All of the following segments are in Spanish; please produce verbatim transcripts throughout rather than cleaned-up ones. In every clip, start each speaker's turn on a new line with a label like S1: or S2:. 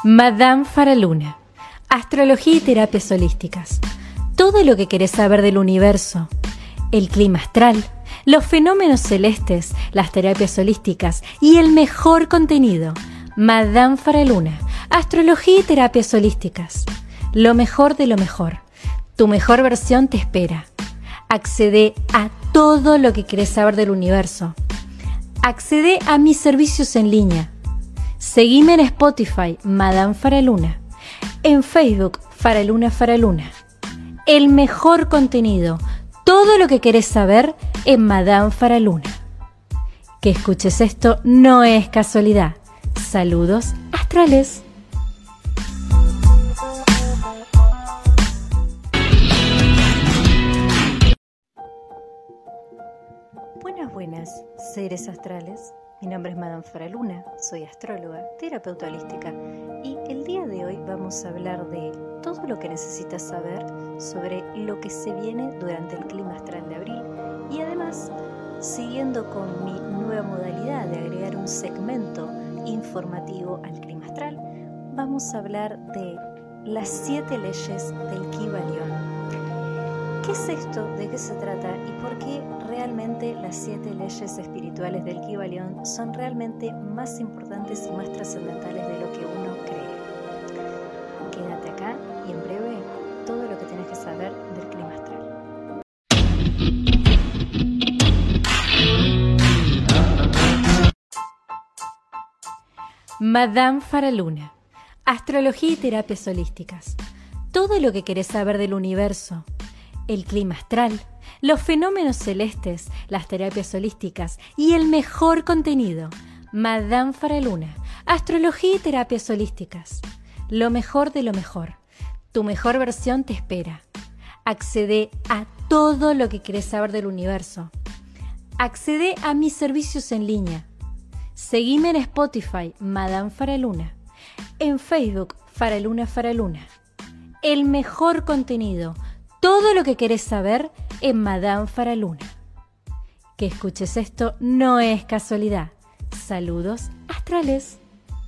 S1: Madame Faraluna, astrología y terapias holísticas. Todo lo que querés saber del universo, el clima astral, los fenómenos celestes, las terapias holísticas y el mejor contenido. Madame Faraluna, astrología y terapias holísticas. Lo mejor de lo mejor. Tu mejor versión te espera. Accede a todo lo que querés saber del universo. Accede a mis servicios en línea. Seguime en Spotify, Madame Faraluna. En Facebook, Faraluna Faraluna. El mejor contenido, todo lo que querés saber en Madame Faraluna. Que escuches esto no es casualidad. Saludos astrales. Buenas, buenas, seres astrales. Mi nombre es Madame Faraluna, soy astróloga, terapeuta holística y el día de hoy vamos a hablar de todo lo que necesitas saber sobre lo que se viene durante el clima astral de abril y además, siguiendo con mi nueva modalidad de agregar un segmento informativo al clima astral, vamos a hablar de las siete leyes del Kybalión. ¿Qué es esto? ¿De qué se trata? ¿Y por qué realmente las siete leyes espirituales del Kybalión son realmente más importantes y más trascendentales de lo que uno cree? Quédate acá y en breve todo lo que tenés que saber del clima astral. Madame Faraluna, astrología y terapias holísticas. Todo lo que querés saber del universo, el clima astral, los fenómenos celestes, las terapias holísticas y el mejor contenido. Madame Faraluna, astrología y terapias holísticas. Lo mejor de lo mejor. Tu mejor versión te espera. Accede a todo lo que querés saber del universo. Accede a mis servicios en línea. Seguime en Spotify, Madame Faraluna. En Facebook, Faraluna Faraluna. El mejor contenido, todo lo que querés saber en Madame Faraluna. Que escuches esto no es casualidad. Saludos astrales.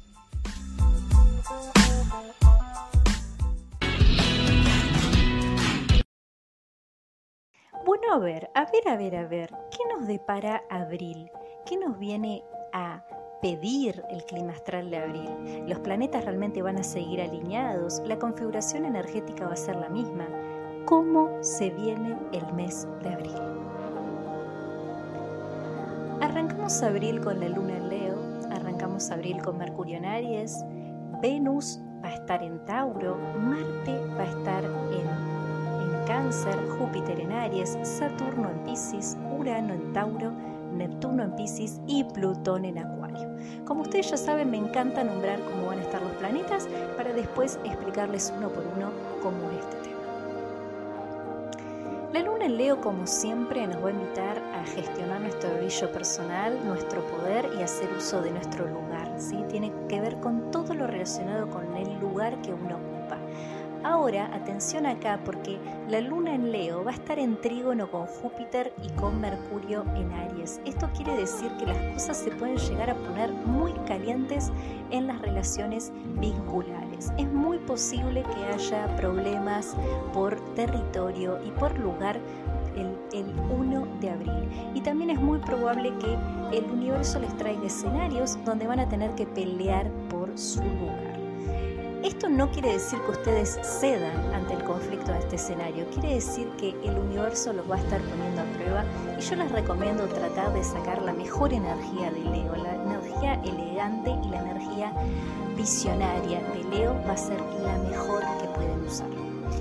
S1: Bueno, a ver, a ver, a ver, a ver, ¿qué nos depara abril? ¿Qué nos viene a pedir el clima astral de abril? ¿Los planetas realmente van a seguir alineados? ¿La configuración energética va a ser la misma? ¿Cómo se viene el mes de abril? Arrancamos abril con la luna en Leo, arrancamos abril con Mercurio en Aries, Venus va a estar en Tauro, Marte va a estar en, en Cáncer, Júpiter en Aries, Saturno en Piscis, Urano en Tauro, Neptuno en Piscis y Plutón en Acuario. Como ustedes ya saben, me encanta nombrar cómo van a estar los planetas para después explicarles uno por uno cómo es este tema. La luna en Leo, como siempre, nos va a invitar a gestionar nuestro brillo personal, nuestro poder y hacer uso de nuestro lugar, ¿sí? Tiene que ver con todo lo relacionado con el lugar que uno ocupa. Ahora, atención acá, porque la luna en Leo va a estar en trígono con Júpiter y con Mercurio en Aries. Esto quiere decir que las cosas se pueden llegar a poner muy calientes en las relaciones vinculares. Es muy posible que haya problemas por territorio y por lugar el, el primero de abril. Y también es muy probable que el universo les traiga escenarios donde van a tener que pelear por su lugar. Esto no quiere decir que ustedes cedan ante el conflicto de este escenario, quiere decir que el universo los va a estar poniendo a prueba y yo les recomiendo tratar de sacar la mejor energía de Leo, la energía elegante y la energía visionaria de Leo va a ser la mejor que pueden usar.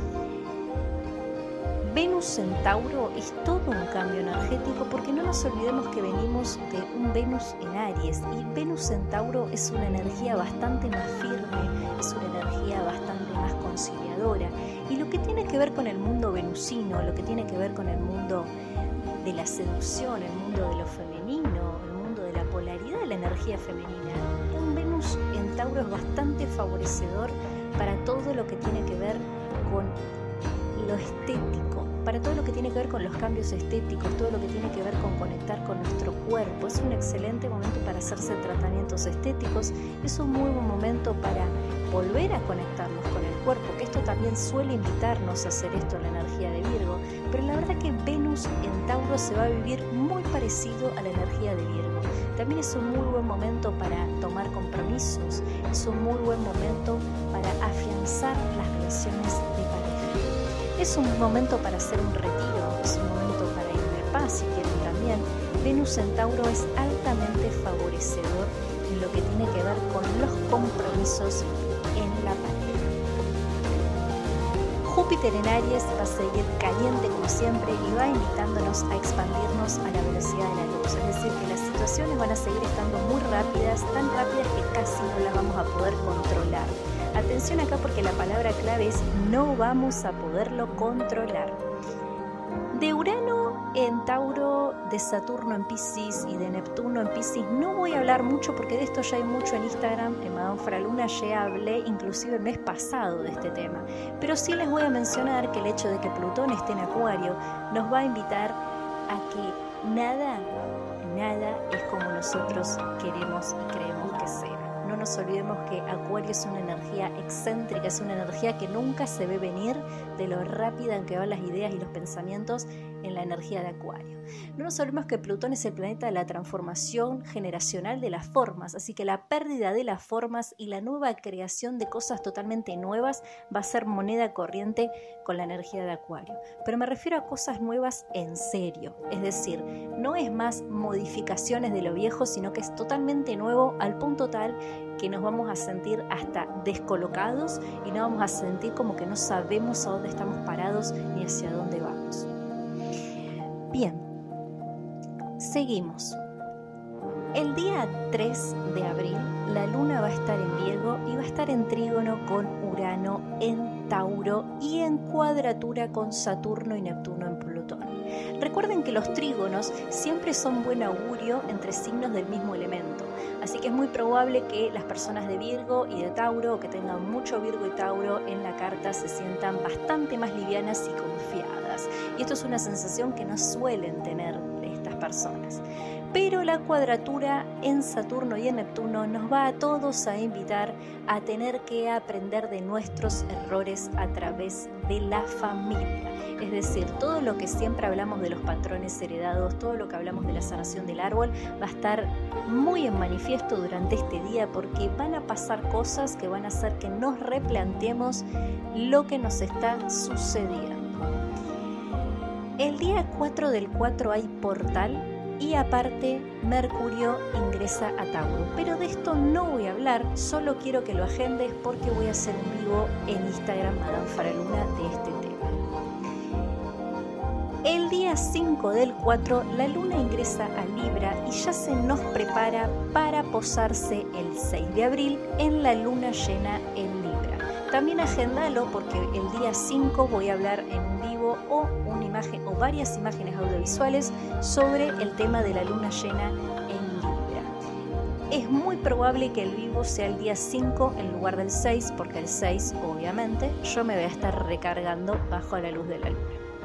S1: Venus en Tauro es todo un cambio energético porque no nos olvidemos que venimos de un Venus en Aries y Venus en Tauro es una energía bastante más firme, es una energía bastante más conciliadora y lo que tiene que ver con el mundo venusino, lo que tiene que ver con el mundo de la seducción, el mundo de lo femenino, el mundo de la polaridad de la energía femenina, un Venus en Tauro es bastante favorecedor para todo lo que tiene que ver con lo estético, para todo lo que tiene que ver con los cambios estéticos, todo lo que tiene que ver con conectar conectar con nuestro cuerpo, es un excelente momento para hacerse tratamientos estéticos, es un muy buen momento para volver a conectarnos con el cuerpo, que esto también suele invitarnos a hacer esto en la energía de Virgo, pero la verdad que Venus en Tauro se va a vivir muy parecido a la energía de Virgo. También es un muy buen momento para tomar compromisos, es un muy buen momento para afianzar las relaciones de pareja. Es un momento para hacer un retiro, es un momento para ir de paz si quieren también. Venus en Tauro es altamente favorecedor en lo que tiene que ver con los compromisos en la pareja. Júpiter en Aries va a seguir caliente como siempre y va invitándonos a expandirnos a la velocidad de la luz, es decir, que las situaciones van a seguir estando muy rápidas, tan rápidas que casi no las vamos a poder controlar. Atención acá porque la palabra clave es no vamos a poderlo controlar. De Urano en Tauro, de Saturno en Piscis y de Neptuno en Piscis no voy a hablar mucho porque de esto ya hay mucho en Instagram. En Madame Faraluna ya hablé inclusive el mes pasado de este tema. Pero sí les voy a mencionar que el hecho de que Plutón esté en Acuario nos va a invitar a que nada, nada es como nosotros queremos y creemos que sea. No nos olvidemos que Acuario es una energía excéntrica, es una energía que nunca se ve venir de lo rápida en que van las ideas y los pensamientos en la energía de Acuario. No nos olvidemos que Plutón es el planeta de la transformación generacional de las formas, así que la pérdida de las formas y la nueva creación de cosas totalmente nuevas va a ser moneda corriente con la energía de Acuario. Pero me refiero a cosas nuevas en serio, es decir, no es más modificaciones de lo viejo, sino que es totalmente nuevo al punto tal que nos vamos a sentir hasta descolocados y no vamos a sentir como que no sabemos a dónde estamos parados ni hacia dónde vamos. Bien, seguimos. El día tres de abril la luna va a estar en Virgo y va a estar en trígono con Urano en Tauro y en cuadratura con Saturno y Neptuno en Plutón. Recuerden que los trígonos siempre son buen augurio entre signos del mismo elemento, así que es muy probable que las personas de Virgo y de Tauro, o que tengan mucho Virgo y Tauro en la carta, se sientan bastante más livianas y confiadas. Y esto es una sensación que no suelen tener estas personas. Pero la cuadratura en Saturno y en Neptuno nos va a todos a invitar a tener que aprender de nuestros errores a través de la familia. Es decir, todo lo que siempre hablamos de los patrones heredados, todo lo que hablamos de la sanación del árbol, va a estar muy en manifiesto durante este día porque van a pasar cosas que van a hacer que nos replanteemos lo que nos está sucediendo. El día cuatro del cuatro hay portal y aparte Mercurio ingresa a Tauro. Pero de esto no voy a hablar, solo quiero que lo agendes porque voy a hacer un vivo en Instagram Madame Faraluna de este tema. El día cinco del cuatro la luna ingresa a Libra y ya se nos prepara para posarse el seis de abril en la luna llena en Libra. También agendalo porque el día cinco voy a hablar en un vivo o una imagen o varias imágenes audiovisuales sobre el tema de la luna llena en Libra. Es muy probable que el vivo sea el día cinco en lugar del seis, porque el seis obviamente yo me voy a estar recargando bajo la luz de la luna.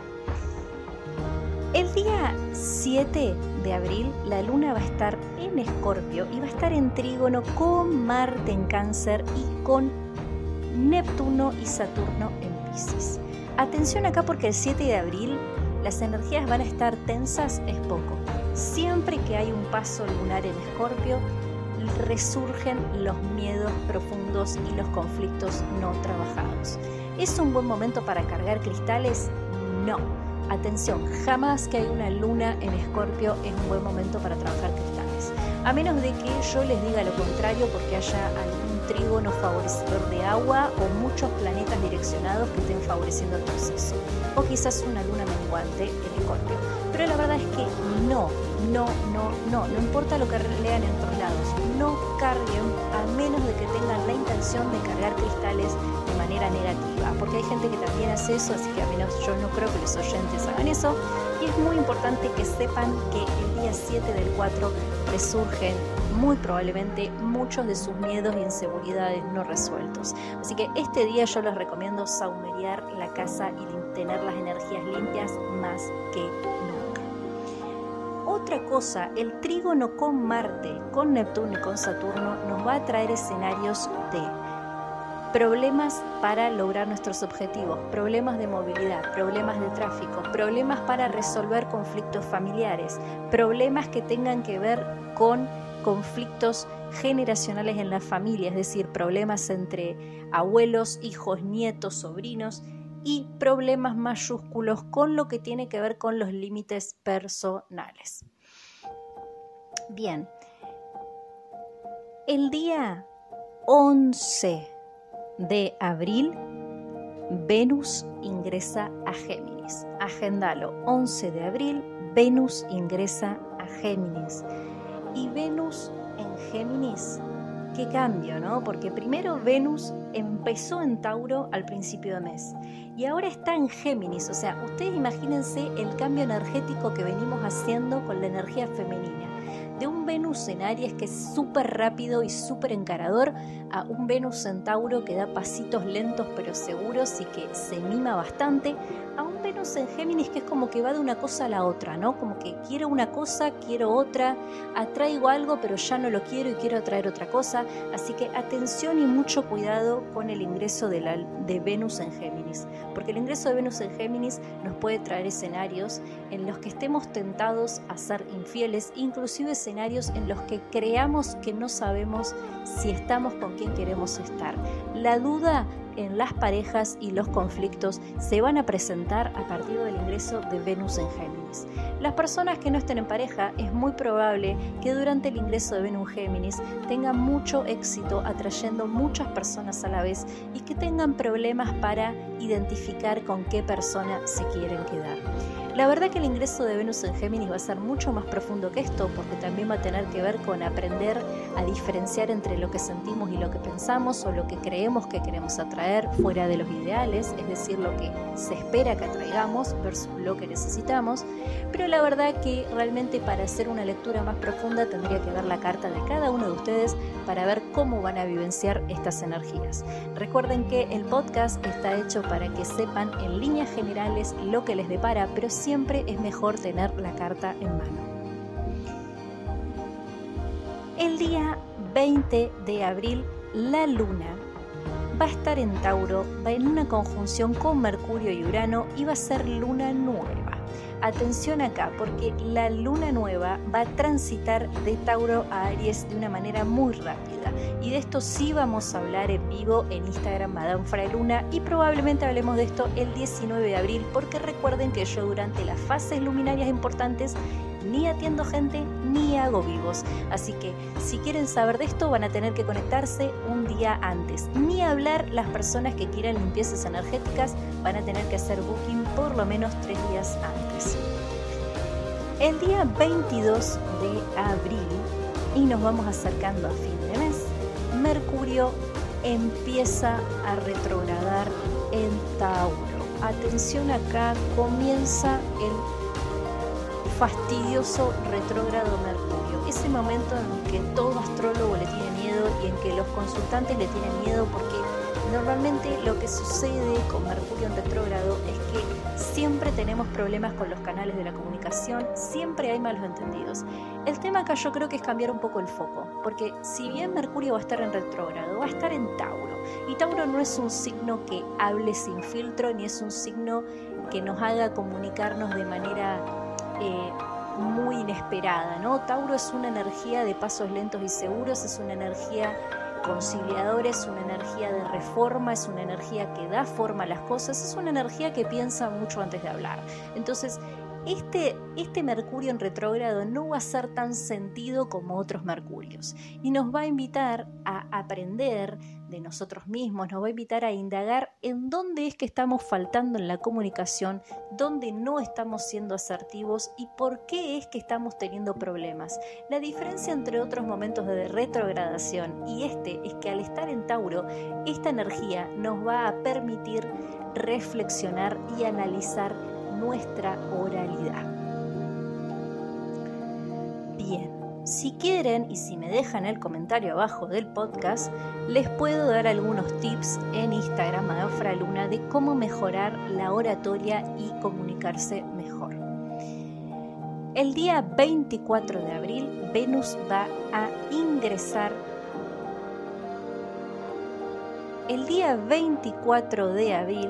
S1: El día siete de abril la luna va a estar en Escorpio y va a estar en trígono con Marte en Cáncer y con Neptuno y Saturno en Piscis. Atención acá porque el siete de abril las energías van a estar tensas, es poco. Siempre que hay un paso lunar en Escorpio, resurgen los miedos profundos y los conflictos no trabajados. ¿Es un buen momento para cargar cristales? No. Atención, jamás que hay una luna en Escorpio es un buen momento para trabajar cristales. A menos de que yo les diga lo contrario porque haya algún trígono favorecedor de agua o muchos planetas direccionados que estén favoreciendo el proceso. O quizás una luna menguante en Escorpio. Pero la verdad es que no, no, no, no. No importa lo que lean en otros lados. No carguen a menos de que tengan la intención de cargar cristales de manera negativa. Porque hay gente que también hace eso, así que a menos yo no creo que los oyentes hagan eso. Y es muy importante que sepan que el día siete del cuatro resurgen muy probablemente muchos de sus miedos y inseguridades no resueltos. Así que este día yo les recomiendo saumerear la casa y tener las energías limpias más que nunca. otra cosa, el trígono con Marte, con Neptuno y con Saturno nos va a traer escenarios de problemas para lograr nuestros objetivos, problemas de movilidad, problemas de tráfico, problemas para resolver conflictos familiares, problemas que tengan que ver con conflictos generacionales en la familia, es decir, problemas entre abuelos, hijos, nietos, sobrinos, y problemas mayúsculos con lo que tiene que ver con los límites personales. Bien, el día once de abril, Venus ingresa a Géminis. Agéndalo, once de abril, Venus ingresa a Géminis. Y Venus en Géminis, qué cambio, ¿no? Porque primero Venus empezó en Tauro al principio de mes y ahora está en Géminis. O sea, ustedes imagínense el cambio energético que venimos haciendo con la energía femenina. De un Venus en Aries que es súper rápido y súper encarador a un Venus en Tauro que da pasitos lentos pero seguros y que se mima bastante, a un Venus en Géminis que es como que va de una cosa a la otra, ¿no? Como que quiero una cosa, quiero otra, atraigo algo pero ya no lo quiero y quiero atraer otra cosa. Así que atención y mucho cuidado con el ingreso de, la, de Venus en Géminis, porque el ingreso de Venus en Géminis nos puede traer escenarios en los que estemos tentados a ser infieles, inclusive escenarios en los que creamos que no sabemos si estamos con quien queremos estar. La duda en las parejas y los conflictos se van a presentar a partir del ingreso de Venus en Géminis. Las personas que no estén en pareja es muy probable que durante el ingreso de Venus en Géminis tengan mucho éxito atrayendo muchas personas a la vez y que tengan problemas para identificar con qué persona se quieren quedar. La verdad que el ingreso de Venus en Géminis va a ser mucho más profundo que esto, porque también va a tener que ver con aprender a diferenciar entre lo que sentimos y lo que pensamos o lo que creemos que queremos atraer fuera de los ideales, es decir, lo que se espera que atraigamos versus lo que necesitamos. Pero la verdad que realmente para hacer una lectura más profunda tendría que ver la carta de cada uno de ustedes para ver cómo van a vivenciar estas energías. Recuerden que el podcast está hecho para que sepan en líneas generales lo que les depara, pero siempre es mejor tener la carta en mano. El día veinte de abril, la luna va a estar en Tauro, va en una conjunción con Mercurio y Urano y va a ser luna nueva. Atención acá, porque la luna nueva va a transitar de Tauro a Aries de una manera muy rápida. Y de esto sí vamos a hablar en vivo en Instagram, Madame Frailuna, y probablemente hablemos de esto el diecinueve de abril, porque recuerden que yo durante las fases luminarias importantes ni atiendo gente ni hago vivos. Así que si quieren saber de esto van a tener que conectarse un día antes. Ni hablar las personas que quieran limpiezas energéticas van a tener que hacer booking por lo menos tres días antes. El día veintidós de abril, y nos vamos acercando a fin de mes, Mercurio empieza a retrogradar en Tauro. Atención acá, comienza el fastidioso retrógrado Mercurio, ese momento en el que todo astrólogo le tiene miedo y en que los consultantes le tienen miedo, porque normalmente lo que sucede con Mercurio en retrógrado es que siempre tenemos problemas con los canales de la comunicación, siempre hay malos entendidos. El tema acá yo creo que es cambiar un poco el foco, porque si bien Mercurio va a estar en retrógrado, va a estar en Tauro, y Tauro no es un signo que hable sin filtro, ni es un signo que nos haga comunicarnos de manera Eh, muy inesperada, ¿no? Tauro es una energía de pasos lentos y seguros, es una energía conciliadora, es una energía de reforma, es una energía que da forma a las cosas, es una energía que piensa mucho antes de hablar. Entonces, Este, este Mercurio en retrógrado no va a ser tan sentido como otros Mercurios y nos va a invitar a aprender de nosotros mismos, nos va a invitar a indagar en dónde es que estamos faltando en la comunicación, dónde no estamos siendo asertivos y por qué es que estamos teniendo problemas. La diferencia entre otros momentos de retrogradación y este es que al estar en Tauro, esta energía nos va a permitir reflexionar y analizar nuestra oralidad. Bien, si quieren y si me dejan el comentario abajo del podcast, les puedo dar algunos tips en Instagram, Madame Frailuna, de cómo mejorar la oratoria y comunicarse mejor. El día veinticuatro de abril, Venus va a ingresar. El día veinticuatro de abril,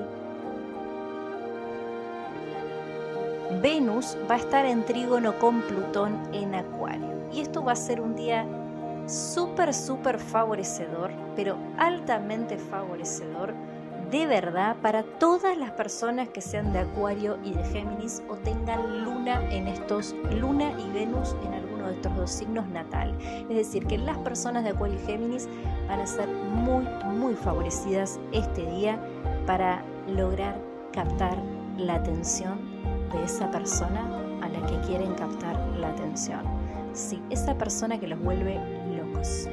S1: Venus va a estar en trígono con Plutón en Acuario. Y esto va a ser un día súper, súper favorecedor, pero altamente favorecedor, de verdad, para todas las personas que sean de Acuario y de Géminis o tengan luna en estos, luna y Venus en alguno de estos dos signos natal. Es decir, que las personas de Acuario y Géminis van a ser muy, muy favorecidas este día para lograr captar la atención de esa persona a la que quieren captar la atención. Sí, esa persona que los vuelve locos.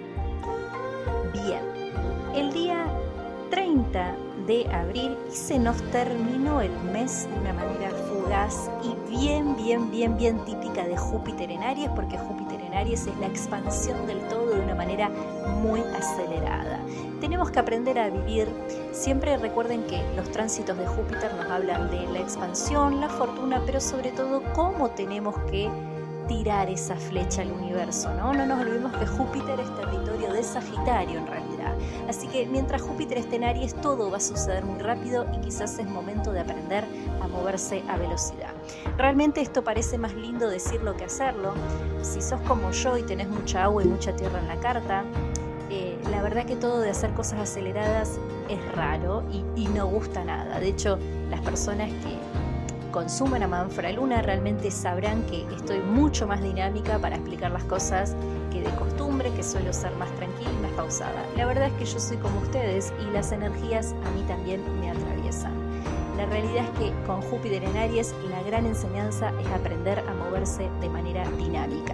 S1: Bien, el día treinta de abril y se nos terminó el mes de una manera fugaz y bien, bien, bien, bien típica de Júpiter en Aries, porque Júpiter en Aries es la expansión del todo de una manera muy acelerada. Tenemos que aprender a vivir. Siempre recuerden que los tránsitos de Júpiter nos hablan de la expansión, la fortuna, pero sobre todo cómo tenemos que tirar esa flecha al universo, ¿no? No nos olvidemos que Júpiter es territorio de Sagitario en realidad. Así que mientras Júpiter esté en Aries, todo va a suceder muy rápido y quizás es momento de aprender a moverse a velocidad. Realmente esto parece más lindo decirlo que hacerlo. Si sos como yo y tenés mucha agua y mucha tierra en la carta, eh, la verdad que todo de hacer cosas aceleradas es raro y, y no gusta nada. De hecho, las personas que consuman a Madame Faraluna realmente sabrán que estoy mucho más dinámica para explicar las cosas que de costumbre, que suelo ser más tranquila y más pausada. La verdad es que yo soy como ustedes y las energías a mí también me atraviesan. La realidad es que con Júpiter en Aries la gran enseñanza es aprender a moverse de manera dinámica.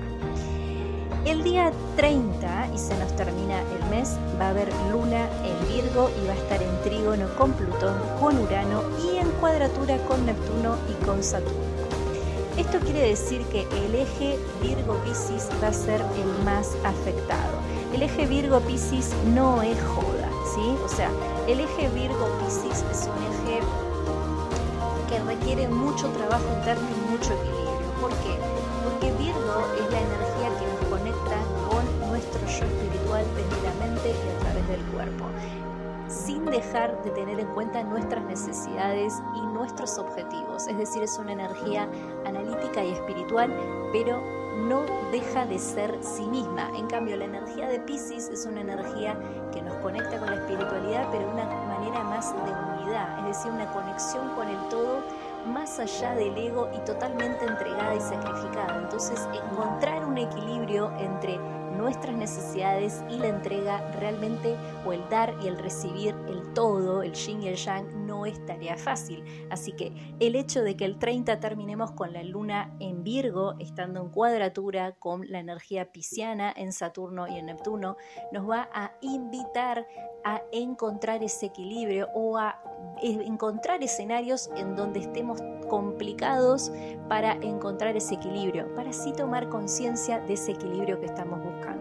S1: El día treinta, y se nos termina el mes, va a haber luna en Virgo y va a estar en trígono con Plutón, con Urano y en cuadratura con Neptuno y con Saturno. Esto quiere decir que el eje Virgo-Piscis va a ser el más afectado. El eje Virgo-Piscis no es joda, ¿sí? O sea, el eje Virgo-Piscis es un eje que requiere mucho trabajo interno y mucho equilibrio. ¿Por qué? Porque Virgo es la energía que nos conecta con nuestro yo espiritual desde la mente y a través del cuerpo, sin dejar de tener en cuenta nuestras necesidades y nuestros objetivos. Es decir, es una energía analítica y espiritual, pero no deja de ser sí misma. En cambio, la energía de Piscis es una energía que nos conecta con la espiritualidad, pero de una manera más de unidad, es decir, una conexión con el todo más allá del ego y totalmente entregada y sacrificada. Entonces, encontrar un equilibrio entre nuestras necesidades y la entrega realmente, o el dar y el recibir, el todo, el yin y el yang, no es tarea fácil. Así que el hecho de que el treinta terminemos con la luna en Virgo, estando en cuadratura con la energía pisciana en Saturno y en Neptuno, nos va a invitar a encontrar ese equilibrio o a encontrar escenarios en donde estemos complicados para encontrar ese equilibrio, para así tomar conciencia de ese equilibrio que estamos buscando.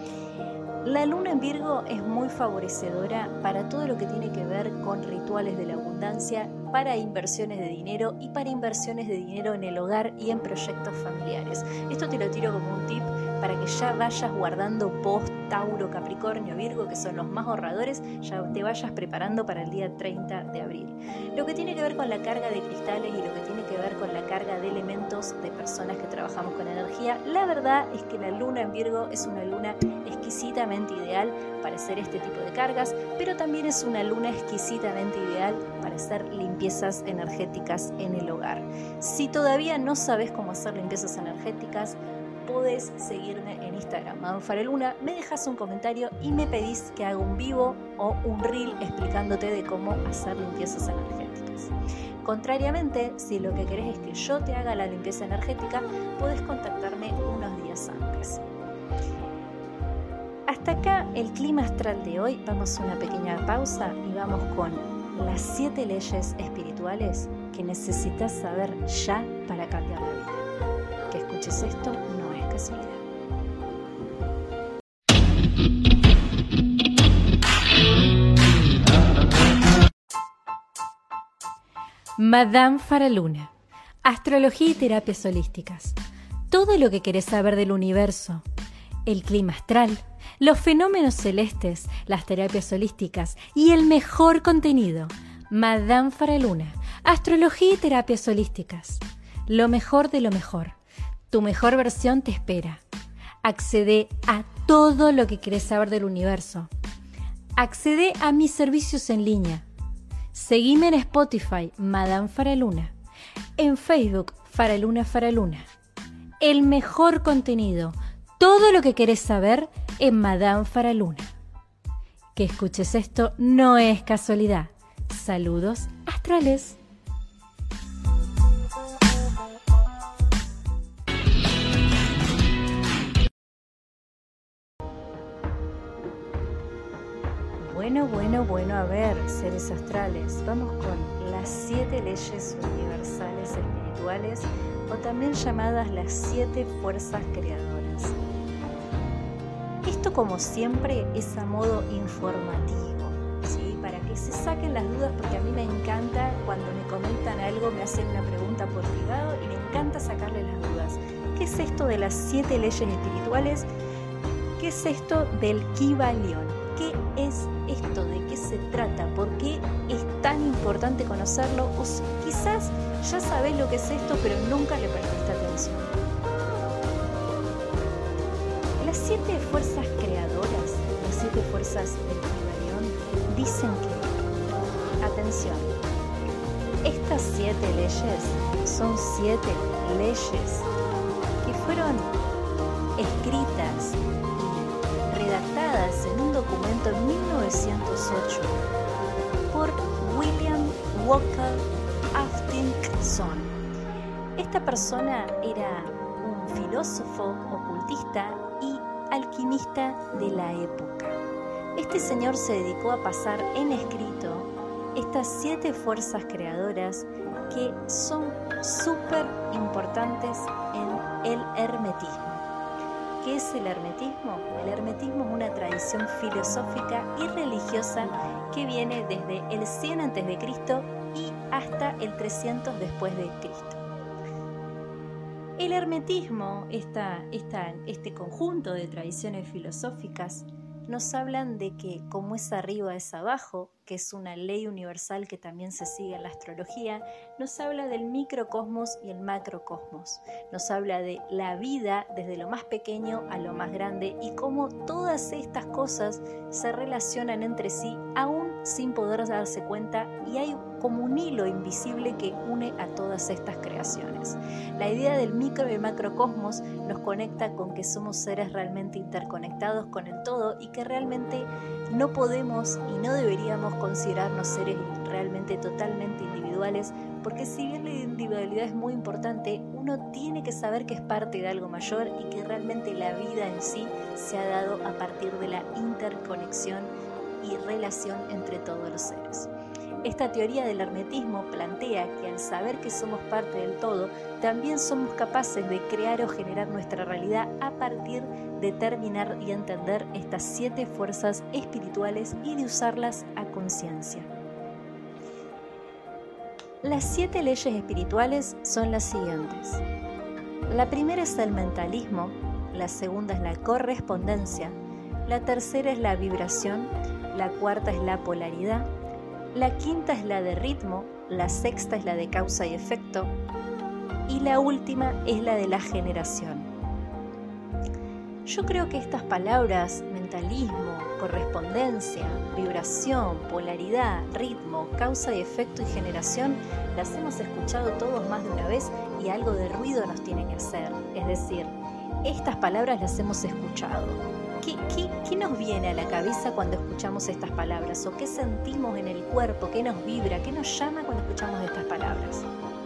S1: La luna en Virgo es muy favorecedora para todo lo que tiene que ver con rituales de la abundancia, para inversiones de dinero y para inversiones de dinero en el hogar y en proyectos familiares. Esto te lo tiro como un tip para que ya vayas guardando vos, Tauro, Capricornio, Virgo, que son los más ahorradores, ya te vayas preparando para el día treinta de abril. Lo que tiene que ver con la carga de cristales y lo que tiene que ver con la carga de elementos de personas que trabajamos con energía, la verdad es que la luna en Virgo es una luna exquisitamente ideal para hacer este tipo de cargas, pero también es una luna exquisitamente ideal para hacer limpiezas energéticas en el hogar. Si todavía no sabes cómo hacer limpiezas energéticas, podés seguirme en Instagram, Madame Faraluna, me dejas un comentario y me pedís que haga un vivo o un reel explicándote de cómo hacer limpiezas energéticas. Contrariamente, si lo que querés es que yo te haga la limpieza energética, podés contactarme unos días antes. Hasta acá el clima astral de hoy. Vamos a una pequeña pausa y vamos con las siete leyes espirituales que necesitas saber ya para cambiar la vida. Que escuches esto no es casualidad. Madame Faraluna, astrología y terapias holísticas. todo lo que querés saber del universo, el clima astral, los fenómenos celestes, las terapias holísticas y el mejor contenido. Madame Faraluna, astrología y terapias holísticas. Lo mejor de lo mejor. Tu mejor versión te espera. Accede a todo lo que querés saber del universo. Accede a mis servicios en línea. Seguime en Spotify, Madame Faraluna. En Facebook, Faraluna Faraluna. El mejor contenido, todo lo que querés saber en Madame Faraluna. Que escuches esto no es casualidad. Saludos astrales. Bueno, bueno, bueno, a ver, seres astrales, vamos con las siete leyes universales espirituales o también llamadas las siete fuerzas creadoras. Esto, como siempre, es a modo informativo, ¿sí? Para que se saquen las dudas, porque a mí me encanta cuando me comentan algo, me hacen una pregunta por privado y me encanta sacarle las dudas. ¿Qué es esto de las siete leyes espirituales? ¿Qué es esto del Kybalión? ¿Qué es esto? ¿De qué se trata? ¿Por qué es tan importante conocerlo? O si quizás ya sabés lo que es esto, pero nunca le prestaste atención. Las siete fuerzas creadoras, las siete fuerzas del Kybalión, dicen que, atención, estas siete leyes son siete leyes que fueron escritas y redactadas en un documento en mil novecientos ocho por William Walker Atkinson. Esta persona era un filósofo ocultista y alquimista de la época. Este señor se dedicó a pasar en escrito estas siete fuerzas creadoras que son súper importantes en el hermetismo. ¿Qué es el hermetismo? El hermetismo es una tradición filosófica y religiosa que viene desde el cien antes de Cristo y hasta el trescientos después de Cristo. El hermetismo, esta, esta, este conjunto de tradiciones filosóficas, nos hablan de que como es arriba es abajo, que es una ley universal que también se sigue en la astrología, nos habla del microcosmos y el macrocosmos. Nos habla de la vida desde lo más pequeño a lo más grande y cómo todas estas cosas se relacionan entre sí aún sin poder darse cuenta, y hay como un hilo invisible que une a todas estas creaciones. La idea del micro y el macrocosmos nos conecta con que somos seres realmente interconectados con el todo y que realmente no podemos y no deberíamos considerarnos seres realmente totalmente individuales, porque si bien la individualidad es muy importante, uno tiene que saber que es parte de algo mayor y que realmente la vida en sí se ha dado a partir de la interconexión y relación entre todos los seres. Esta teoría del hermetismo plantea que al saber que somos parte del todo, también somos capaces de crear o generar nuestra realidad a partir de terminar y entender estas siete fuerzas espirituales y de usarlas a conciencia. Las siete leyes espirituales son las siguientes. La primera es el mentalismo, la segunda es la correspondencia, la tercera es la vibración, la cuarta es la polaridad, la quinta es la de ritmo, la sexta es la de causa y efecto y la última es la de la generación. Yo creo que estas palabras, mentalismo, correspondencia, vibración, polaridad, ritmo, causa y efecto y generación, las hemos escuchado todos más de una vez y algo de ruido nos tiene que hacer. Es decir, estas palabras las hemos escuchado. ¿Qué, qué, ¿Qué nos viene a la cabeza cuando escuchamos estas palabras? ¿O qué sentimos en el cuerpo? ¿Qué nos vibra? ¿Qué nos llama cuando escuchamos estas palabras?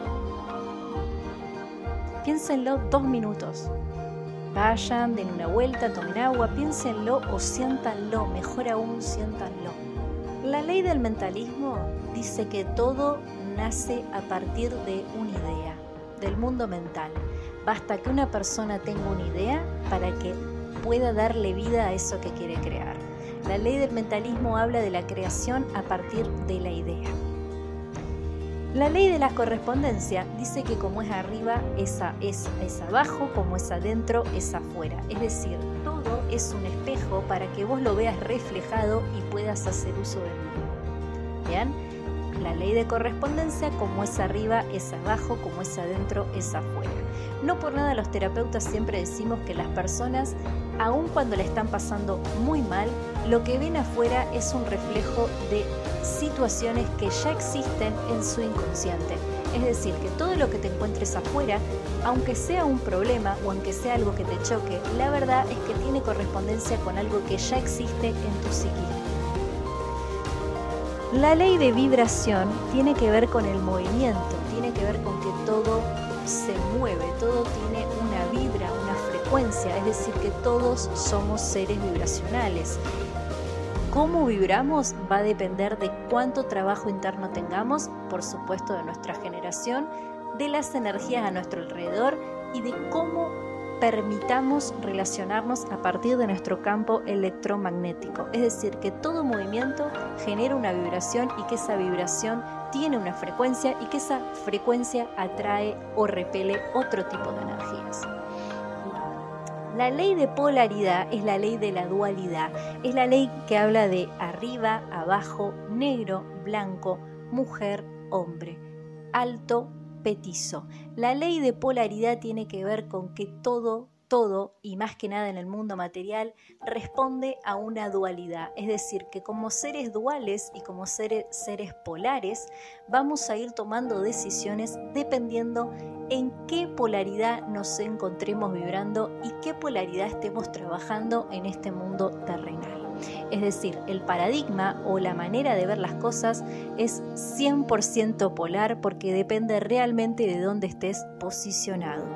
S1: Piénsenlo dos minutos. Vayan, den una vuelta, tomen agua, piénsenlo o siéntanlo, mejor aún siéntanlo. La ley del mentalismo dice que todo nace a partir de una idea, del mundo mental. Basta que una persona tenga una idea para que pueda darle vida a eso que quiere crear. La ley del mentalismo habla de la creación a partir de la idea. La ley de la correspondencia dice que como es arriba es, a, es, es abajo, como es adentro es afuera. Es decir, todo es un espejo para que vos lo veas reflejado y puedas hacer uso del mismo. ¿Bien? La ley de correspondencia, como es arriba es abajo, como es adentro es afuera. No por nada los terapeutas siempre decimos que las personas, aun cuando le están pasando muy mal, lo que ven afuera es un reflejo de situaciones que ya existen en su inconsciente. Es decir, que todo lo que te encuentres afuera, aunque sea un problema o aunque sea algo que te choque, la verdad es que tiene correspondencia con algo que ya existe en tu psiquismo. La ley de vibración tiene que ver con el movimiento, tiene que ver con que todo se mueve, todo tiene una vibra, una frecuencia, es decir, que todos somos seres vibracionales. Cómo vibramos va a depender de cuánto trabajo interno tengamos, por supuesto de nuestra generación, de las energías a nuestro alrededor y de cómo permitamos relacionarnos a partir de nuestro campo electromagnético. Es decir, que todo movimiento genera una vibración y que esa vibración tiene una frecuencia y que esa frecuencia atrae o repele otro tipo de energías. La ley de polaridad es la ley de la dualidad, es la ley que habla de arriba, abajo, negro, blanco, mujer, hombre, alto, petizo. La ley de polaridad tiene que ver con que todo, todo, y más que nada en el mundo material, responde a una dualidad. Es decir, que como seres duales y como seres, seres polares, vamos a ir tomando decisiones dependiendo en qué polaridad nos encontremos vibrando y qué polaridad estemos trabajando en este mundo terrenal. Es decir, el paradigma o la manera de ver las cosas es cien por ciento polar porque depende realmente de dónde estés posicionado.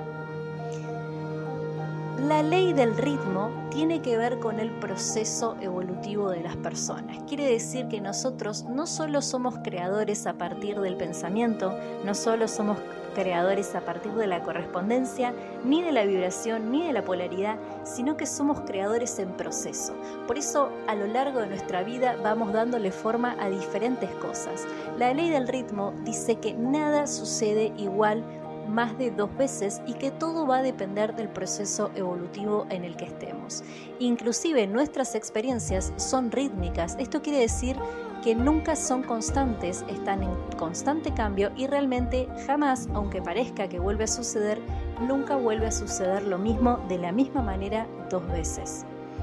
S1: La ley del ritmo tiene que ver con el proceso evolutivo de las personas. Quiere decir que nosotros no solo somos creadores a partir del pensamiento, no solo somos creadores a partir de la correspondencia, ni de la vibración, ni de la polaridad, sino que somos creadores en proceso. Por eso, a lo largo de nuestra vida vamos dándole forma a diferentes cosas. La ley del ritmo dice que nada sucede igual más de dos veces y que todo va a depender del proceso evolutivo en el que estemos. Inclusive nuestras experiencias son rítmicas. Esto quiere decir que nunca son constantes, están en constante cambio y realmente jamás, aunque parezca que vuelve a suceder, nunca vuelve a suceder lo mismo de la misma manera dos veces.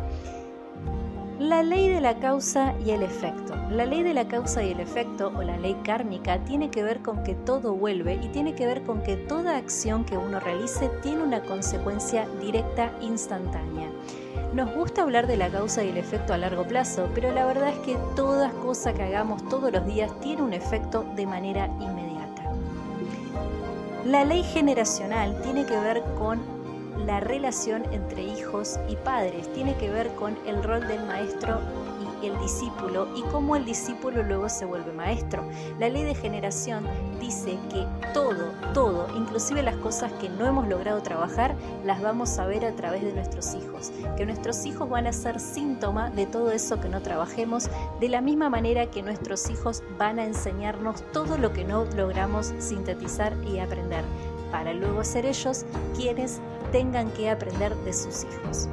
S1: La ley de la causa y el efecto. La ley de la causa y el efecto, o la ley kármica, tiene que ver con que todo vuelve y tiene que ver con que toda acción que uno realice tiene una consecuencia directa, instantánea. Nos gusta hablar de la causa y el efecto a largo plazo, pero la verdad es que toda cosa que hagamos todos los días tiene un efecto de manera inmediata. La ley generacional tiene que ver con la relación entre hijos y padres, tiene que ver con el rol del maestro y el discípulo y cómo el discípulo luego se vuelve maestro. La ley de generación dice que todo, todo, inclusive las cosas que no hemos logrado trabajar, las vamos a ver a través de nuestros hijos, que nuestros hijos van a ser síntoma de todo eso que no trabajemos, de la misma manera que nuestros hijos van a enseñarnos todo lo que no logramos sintetizar y aprender, para luego ser ellos quienes tengan que aprender de sus hijos.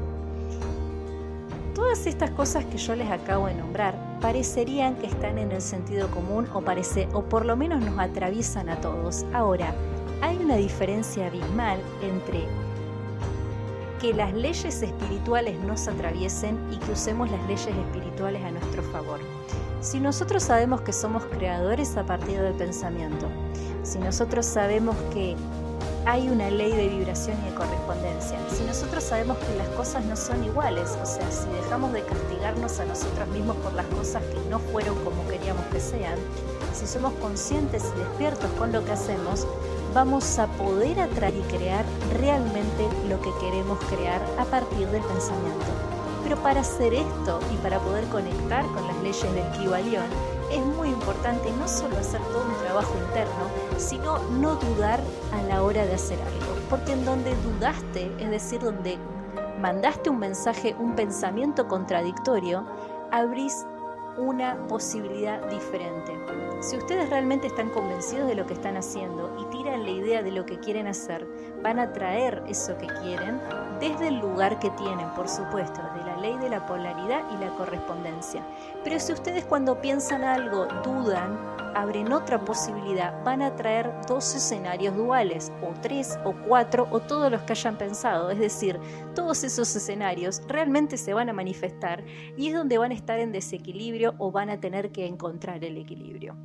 S1: Todas estas cosas que yo les acabo de nombrar parecerían que están en el sentido común o, parece, o por lo menos nos atraviesan a todos. Ahora, hay una diferencia abismal entre que las leyes espirituales nos atraviesen y que usemos las leyes espirituales a nuestro favor. Si nosotros sabemos que somos creadores a partir del pensamiento, si nosotros sabemos que hay una ley de vibración y de correspondencia, si nosotros sabemos que las cosas no son iguales, o sea, si dejamos de castigarnos a nosotros mismos por las cosas que no fueron como queríamos que sean, si somos conscientes y despiertos con lo que hacemos, vamos a poder atraer y crear realmente lo que queremos crear a partir del pensamiento. Pero para hacer esto y para poder conectar con las leyes del Kybalión, es muy importante no solo hacer todo un trabajo interno, sino no dudar a la hora de hacer algo. Porque en donde dudaste, es decir, donde mandaste un mensaje, un pensamiento contradictorio, abrís una posibilidad diferente. Si ustedes realmente están convencidos de lo que están haciendo y tiran la idea de lo que quieren hacer, van a traer eso que quieren desde el lugar que tienen, por supuesto, de la ley de la polaridad y la correspondencia. Pero si ustedes cuando piensan algo dudan, abren otra posibilidad, van a traer dos escenarios duales, o tres, o cuatro, o todos los que hayan pensado. Es decir, todos esos escenarios realmente se van a manifestar y es donde van a estar en desequilibrio o van a tener que encontrar el equilibrio.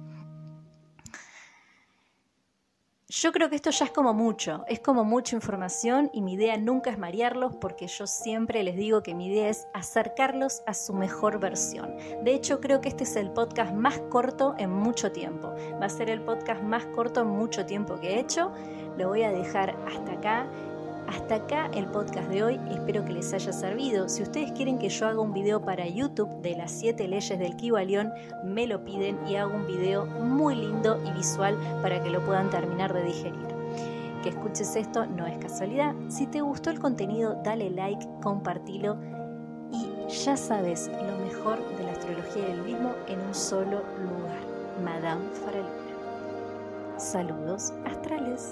S1: Yo creo que esto ya es como mucho, es como mucha información y mi idea nunca es marearlos porque yo siempre les digo que mi idea es acercarlos a su mejor versión. De hecho, creo que este es el podcast más corto en mucho tiempo. Va a ser el podcast más corto en mucho tiempo que he hecho. Lo voy a dejar hasta acá. Hasta acá el podcast de hoy, espero que les haya servido. Si ustedes quieren que yo haga un video para YouTube de las siete leyes del Kybalión, me lo piden y hago un video muy lindo y visual para que lo puedan terminar de digerir. Que escuches esto no es casualidad. Si te gustó el contenido, dale like, compartilo y ya sabes lo mejor de la astrología del mismo en un solo lugar. Madame Faraluna. Saludos astrales.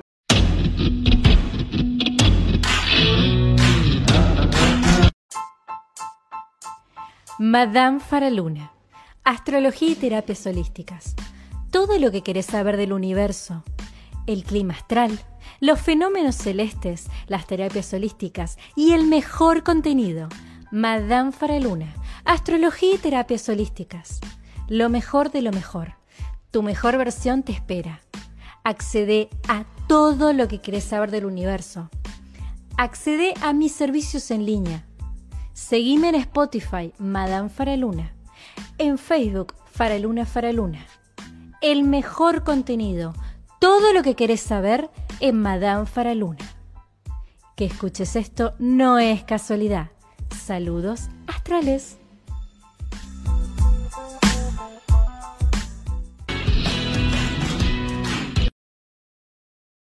S1: Madame Faraluna, astrología y terapias holísticas. Todo lo que querés saber del universo, el clima astral, los fenómenos celestes, las terapias holísticas y el mejor contenido. Madame Faraluna, astrología y terapias holísticas. Lo mejor de lo mejor. Tu mejor versión te espera. Accede a todo lo que querés saber del universo. Accede a mis servicios en línea. Seguime en Spotify, Madame Faraluna. En Facebook, Faraluna Faraluna. El mejor contenido, todo lo que querés saber en Madame Faraluna. Que escuches esto no es casualidad. Saludos astrales.